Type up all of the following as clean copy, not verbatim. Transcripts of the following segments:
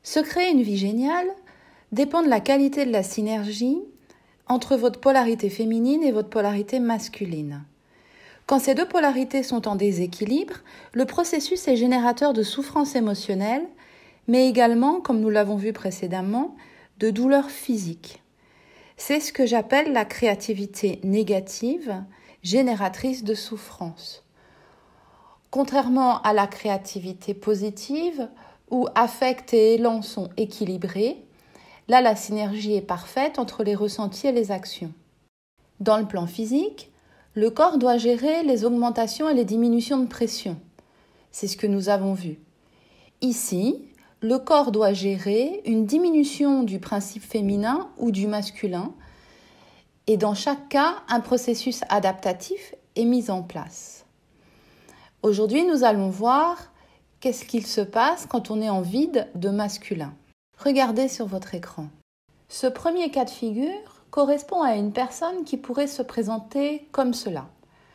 Se créer une vie géniale dépend de la qualité de la synergie entre votre polarité féminine et votre polarité masculine. Quand ces deux polarités sont en déséquilibre, le processus est générateur de souffrance émotionnelle, mais également, comme nous l'avons vu précédemment, de douleurs physiques. C'est ce que j'appelle la créativité négative, génératrice de souffrance. Contrairement à la créativité positive, où affect et élan sont équilibrés, là la synergie est parfaite entre les ressentis et les actions. Dans le plan physique, le corps doit gérer les augmentations et les diminutions de pression. C'est ce que nous avons vu. Ici, le corps doit gérer une diminution du principe féminin ou du masculin, et dans chaque cas, un processus adaptatif est mis en place. Aujourd'hui, nous allons voir qu'est-ce qu'il se passe quand on est en vide de masculin. Regardez sur votre écran. Ce premier cas de figure correspond à une personne qui pourrait se présenter comme cela.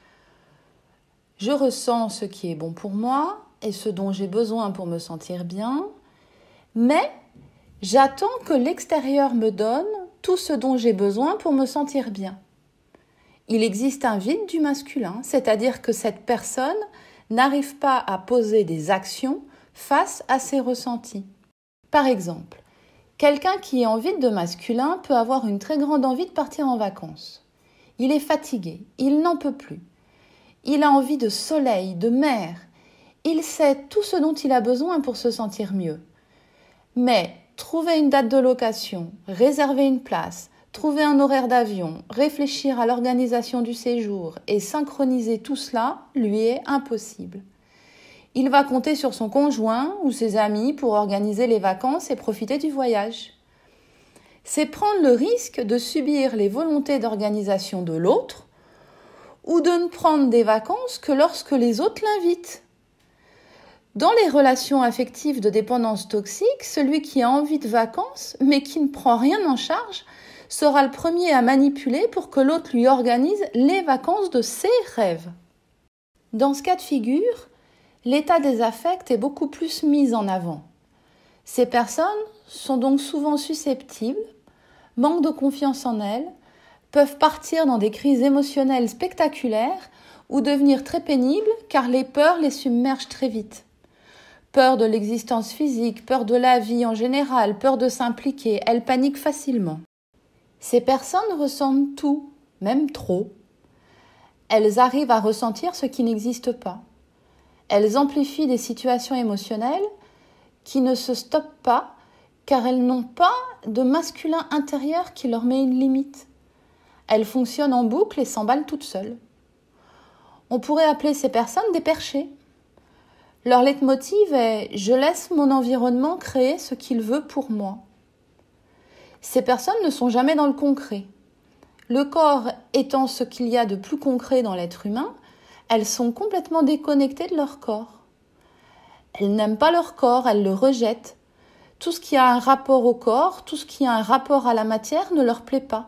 Je ressens ce qui est bon pour moi et ce dont j'ai besoin pour me sentir bien, mais j'attends que l'extérieur me donne tout ce dont j'ai besoin pour me sentir bien. Il existe un vide du masculin, c'est-à-dire que cette personne n'arrive pas à poser des actions face à ses ressentis. Par exemple, quelqu'un qui est en vide de masculin peut avoir une très grande envie de partir en vacances. Il est fatigué, il n'en peut plus. Il a envie de soleil, de mer. Il sait tout ce dont il a besoin pour se sentir mieux. Mais trouver une date de location, réserver une place, trouver un horaire d'avion, réfléchir à l'organisation du séjour et synchroniser tout cela lui est impossible. Il va compter sur son conjoint ou ses amis pour organiser les vacances et profiter du voyage. C'est prendre le risque de subir les volontés d'organisation de l'autre ou de ne prendre des vacances que lorsque les autres l'invitent. Dans les relations affectives de dépendance toxique, celui qui a envie de vacances mais qui ne prend rien en charge sera le premier à manipuler pour que l'autre lui organise les vacances de ses rêves. Dans ce cas de figure, l'état des affects est beaucoup plus mis en avant. Ces personnes sont donc souvent susceptibles, manquent de confiance en elles, peuvent partir dans des crises émotionnelles spectaculaires ou devenir très pénibles car les peurs les submergent très vite. Peur de l'existence physique, peur de la vie en général, peur de s'impliquer, elles paniquent facilement. Ces personnes ressentent tout, même trop. Elles arrivent à ressentir ce qui n'existe pas. Elles amplifient des situations émotionnelles qui ne se stoppent pas car elles n'ont pas de masculin intérieur qui leur met une limite. Elles fonctionnent en boucle et s'emballent toutes seules. On pourrait appeler ces personnes des perchés. Leur leitmotiv est « je laisse mon environnement créer ce qu'il veut pour moi ». Ces personnes ne sont jamais dans le concret. Le corps étant ce qu'il y a de plus concret dans l'être humain, elles sont complètement déconnectées de leur corps. Elles n'aiment pas leur corps, elles le rejettent. Tout ce qui a un rapport au corps, tout ce qui a un rapport à la matière ne leur plaît pas.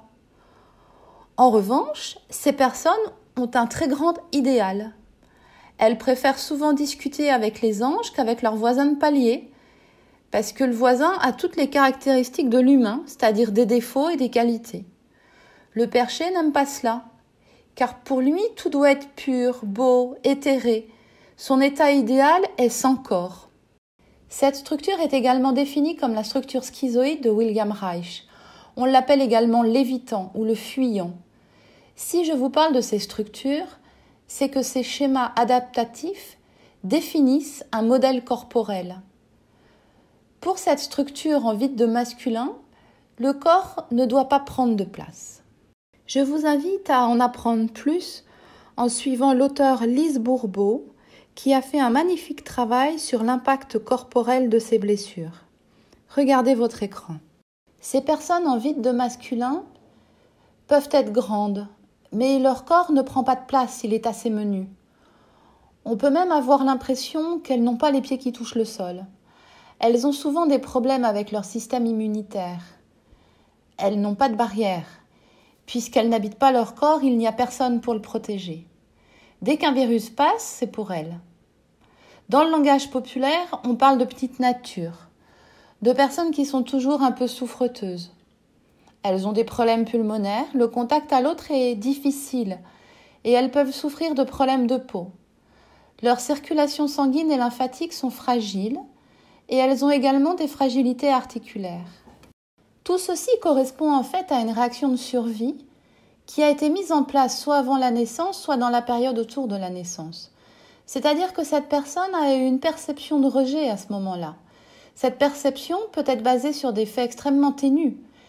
En revanche, ces personnes ont un très grand idéal. Elles préfèrent souvent discuter avec les anges qu'avec leurs voisins de palier, parce que le voisin a toutes les caractéristiques de l'humain, c'est-à-dire des défauts et des qualités. Le perché n'aime pas cela, car pour lui, tout doit être pur, beau, éthéré. Son état idéal est sans corps. Cette structure est également définie comme la structure schizoïde de William Reich. On l'appelle également l'évitant ou le fuyant. Si je vous parle de ces structures, c'est que ces schémas adaptatifs définissent un modèle corporel. Pour cette structure en vide de masculin, le corps ne doit pas prendre de place. Je vous invite à en apprendre plus en suivant l'auteur Lise Bourbeau, qui a fait un magnifique travail sur l'impact corporel de ces blessures. Regardez votre écran. Ces personnes en vide de masculin peuvent être grandes, mais leur corps ne prend pas de place, il est assez menu. On peut même avoir l'impression qu'elles n'ont pas les pieds qui touchent le sol. Elles ont souvent des problèmes avec leur système immunitaire. Elles n'ont pas de barrière. Puisqu'elles n'habitent pas leur corps, il n'y a personne pour le protéger. Dès qu'un virus passe, c'est pour elles. Dans le langage populaire, on parle de petite nature. de personnes qui sont toujours un peu souffreteuses. Elles ont des problèmes pulmonaires, le contact à l'autre est difficile et elles peuvent souffrir de problèmes de peau. Leur circulation sanguine et lymphatique sont fragiles et elles ont également des fragilités articulaires. Tout ceci correspond en fait à une réaction de survie qui a été mise en place soit avant la naissance, soit dans la période autour de la naissance. C'est-à-dire que cette personne a eu une perception de rejet à ce moment-là. Cette perception peut être basée sur des faits extrêmement ténus,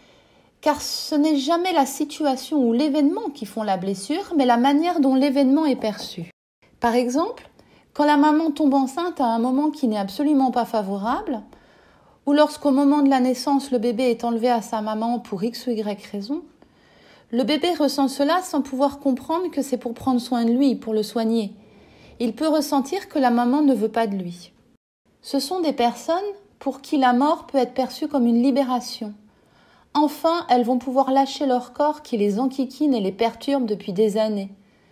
car ce n'est jamais la situation ou l'événement qui font la blessure, mais la manière dont l'événement est perçu. Par exemple, quand la maman tombe enceinte à un moment qui n'est absolument pas favorable, ou lorsqu'au moment de la naissance, le bébé est enlevé à sa maman pour X ou Y raison, le bébé ressent cela sans pouvoir comprendre que c'est pour prendre soin de lui, pour le soigner. Il peut ressentir que la maman ne veut pas de lui. Ce sont des personnes pour qui la mort peut être perçue comme une libération. Enfin, elles vont pouvoir lâcher leur corps qui les enquiquine et les perturbe depuis des années.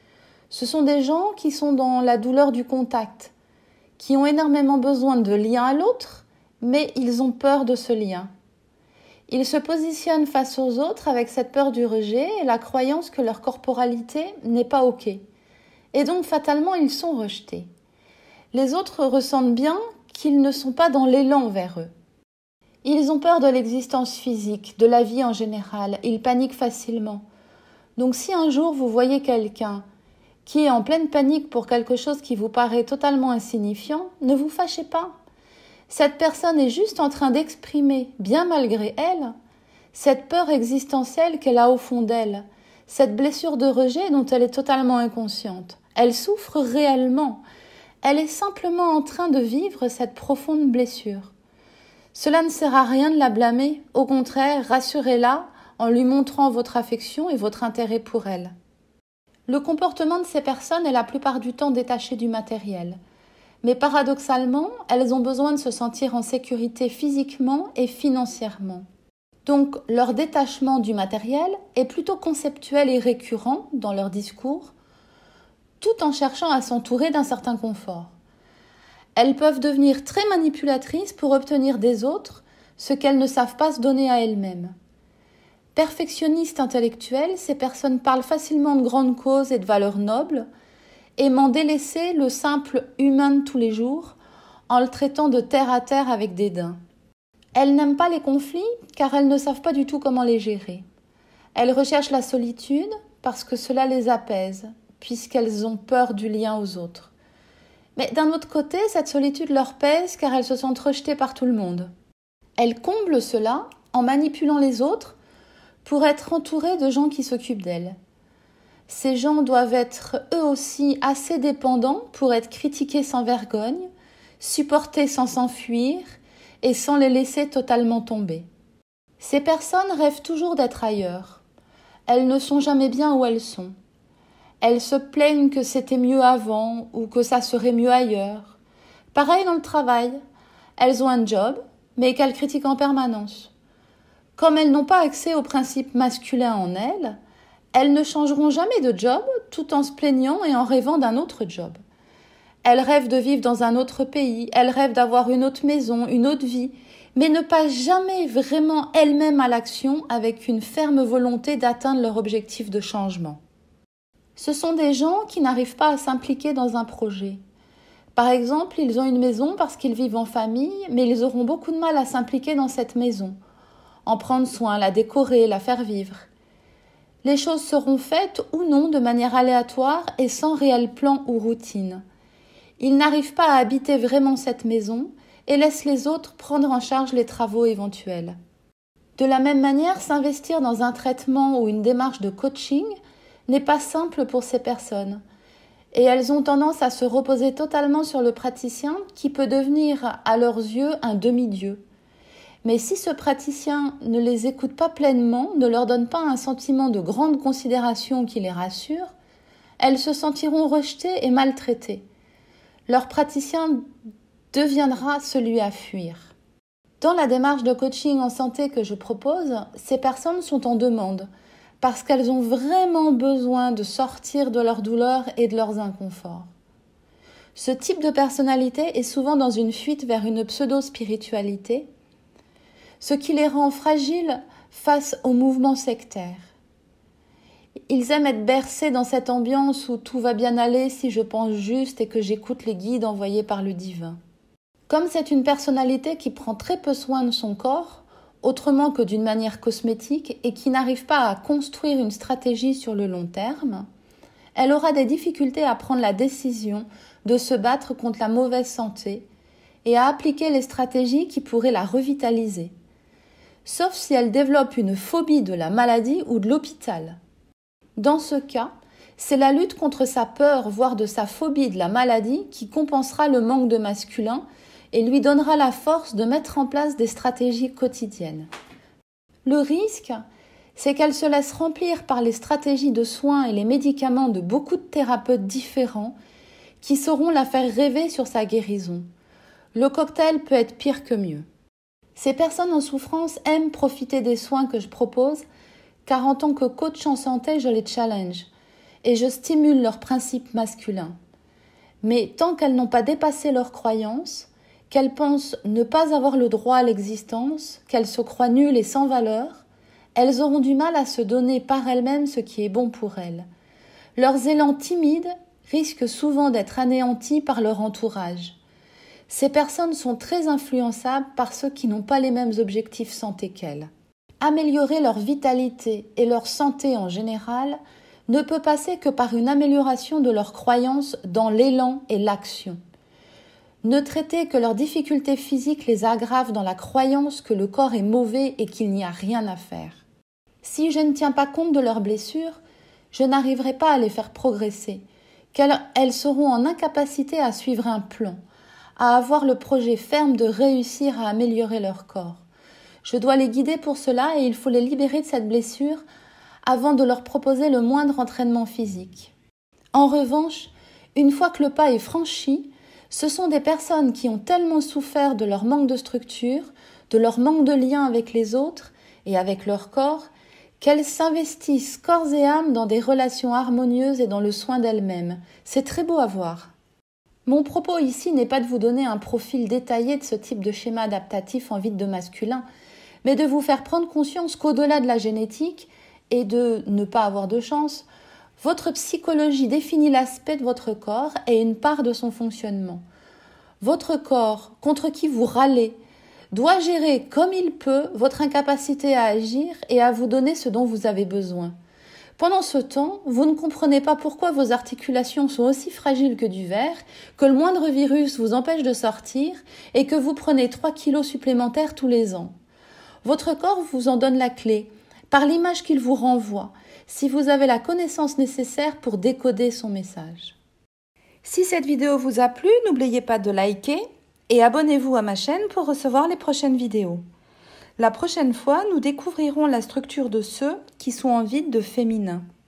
Ce sont des gens qui sont dans la douleur du contact, qui ont énormément besoin de lien à l'autre, mais ils ont peur de ce lien. Ils se positionnent face aux autres avec cette peur du rejet et la croyance que leur corporalité n'est pas OK. Et donc, fatalement, ils sont rejetés. Les autres ressentent bien qu'ils ne sont pas dans l'élan vers eux. Ils ont peur de l'existence physique, de la vie en général. Ils paniquent facilement. Donc, si un jour vous voyez quelqu'un qui est en pleine panique pour quelque chose qui vous paraît totalement insignifiant, ne vous fâchez pas. Cette personne est juste en train d'exprimer, bien malgré elle, cette peur existentielle qu'elle a au fond d'elle, cette blessure de rejet dont elle est totalement inconsciente. Elle souffre réellement. Elle est simplement en train de vivre cette profonde blessure. Cela ne sert à rien de la blâmer. Au contraire, rassurez-la en lui montrant votre affection et votre intérêt pour elle. Le comportement de ces personnes est la plupart du temps détaché du matériel. Mais paradoxalement, elles ont besoin de se sentir en sécurité physiquement et financièrement. Donc, leur détachement du matériel est plutôt conceptuel et récurrent dans leur discours, tout en cherchant à s'entourer d'un certain confort. Elles peuvent devenir très manipulatrices pour obtenir des autres ce qu'elles ne savent pas se donner à elles-mêmes. Perfectionnistes intellectuelles, ces personnes parlent facilement de grandes causes et de valeurs nobles, aimant délaisser le simple humain de tous les jours en le traitant de terre à terre avec dédain. Elles n'aiment pas les conflits car elles ne savent pas du tout comment les gérer. Elles recherchent la solitude parce que cela les apaise, puisqu'elles ont peur du lien aux autres. Mais d'un autre côté, cette solitude leur pèse car elles se sentent rejetées par tout le monde. Elles comblent cela en manipulant les autres pour être entourées de gens qui s'occupent d'elles. Ces gens doivent être eux aussi assez dépendants pour être critiqués sans vergogne, supportés sans s'enfuir et sans les laisser totalement tomber. Ces personnes rêvent toujours d'être ailleurs. Elles ne sont jamais bien où elles sont. Elles se plaignent que c'était mieux avant ou que ça serait mieux ailleurs. Pareil dans le travail. Elles ont un job, mais qu'elles critiquent en permanence. Comme elles n'ont pas accès aux principes masculins en elles ne changeront jamais de job tout en se plaignant et en rêvant d'un autre job. Elles rêvent de vivre dans un autre pays, elles rêvent d'avoir une autre maison, une autre vie, mais ne passent jamais vraiment elles-mêmes à l'action avec une ferme volonté d'atteindre leur objectif de changement. Ce sont des gens qui n'arrivent pas à s'impliquer dans un projet. Par exemple, ils ont une maison parce qu'ils vivent en famille, mais ils auront beaucoup de mal à s'impliquer dans cette maison, en prendre soin, la décorer, la faire vivre. Les choses seront faites ou non de manière aléatoire et sans réel plan ou routine. Ils n'arrivent pas à habiter vraiment cette maison et laissent les autres prendre en charge les travaux éventuels. De la même manière, s'investir dans un traitement ou une démarche de coaching n'est pas simple pour ces personnes. Et elles ont tendance à se reposer totalement sur le praticien qui peut devenir, à leurs yeux, un demi-dieu. Mais si ce praticien ne les écoute pas pleinement, ne leur donne pas un sentiment de grande considération qui les rassure, elles se sentiront rejetées et maltraitées. Leur praticien deviendra celui à fuir. Dans la démarche de coaching en santé que je propose, ces personnes sont en demande parce qu'elles ont vraiment besoin de sortir de leur douleur et de leurs inconforts. Ce type de personnalité est souvent dans une fuite vers une pseudo-spiritualité, ce qui les rend fragiles face aux mouvements sectaires. Ils aiment être bercés dans cette ambiance où tout va bien aller si je pense juste et que j'écoute les guides envoyés par le divin. Comme c'est une personnalité qui prend très peu soin de son corps, autrement que d'une manière cosmétique, et qui n'arrive pas à construire une stratégie sur le long terme, elle aura des difficultés à prendre la décision de se battre contre la mauvaise santé et à appliquer les stratégies qui pourraient la revitaliser. Sauf si elle développe une phobie de la maladie ou de l'hôpital. Dans ce cas, c'est la lutte contre sa peur, voire de sa phobie de la maladie, qui compensera le manque de masculin et lui donnera la force de mettre en place des stratégies quotidiennes. Le risque, c'est qu'elle se laisse remplir par les stratégies de soins et les médicaments de beaucoup de thérapeutes différents qui sauront la faire rêver sur sa guérison. Le cocktail peut être pire que mieux. Ces personnes en souffrance aiment profiter des soins que je propose, car en tant que coach en santé, je les challenge et je stimule leurs principes masculins. Mais tant qu'elles n'ont pas dépassé leurs croyances, qu'elles pensent ne pas avoir le droit à l'existence, qu'elles se croient nulles et sans valeur, elles auront du mal à se donner par elles-mêmes ce qui est bon pour elles. Leurs élans timides risquent souvent d'être anéantis par leur entourage. Ces personnes sont très influençables par ceux qui n'ont pas les mêmes objectifs santé qu'elles. Améliorer leur vitalité et leur santé en général ne peut passer que par une amélioration de leurs croyances dans l'élan et l'action. Ne traiter que leurs difficultés physiques les aggrave dans la croyance que le corps est mauvais et qu'il n'y a rien à faire. Si je ne tiens pas compte de leurs blessures, je n'arriverai pas à les faire progresser, qu'elles seront en incapacité à suivre un plan, à avoir le projet ferme de réussir à améliorer leur corps. Je dois les guider pour cela et il faut les libérer de cette blessure avant de leur proposer le moindre entraînement physique. En revanche, une fois que le pas est franchi, ce sont des personnes qui ont tellement souffert de leur manque de structure, de leur manque de lien avec les autres et avec leur corps, qu'elles s'investissent corps et âme dans des relations harmonieuses et dans le soin d'elles-mêmes. C'est très beau à voir. Mon propos ici n'est pas de vous donner un profil détaillé de ce type de schéma adaptatif en vide de masculin, mais de vous faire prendre conscience qu'au-delà de la génétique et de ne pas avoir de chance, votre psychologie définit l'aspect de votre corps et une part de son fonctionnement. Votre corps, contre qui vous râlez, doit gérer comme il peut votre incapacité à agir et à vous donner ce dont vous avez besoin. Pendant ce temps, vous ne comprenez pas pourquoi vos articulations sont aussi fragiles que du verre, que le moindre virus vous empêche de sortir et que vous prenez 3 kilos supplémentaires tous les ans. Votre corps vous en donne la clé, par l'image qu'il vous renvoie, si vous avez la connaissance nécessaire pour décoder son message. Si cette vidéo vous a plu, n'oubliez pas de liker et abonnez-vous à ma chaîne pour recevoir les prochaines vidéos. La prochaine fois, nous découvrirons la structure de ceux qui sont en vide de féminin.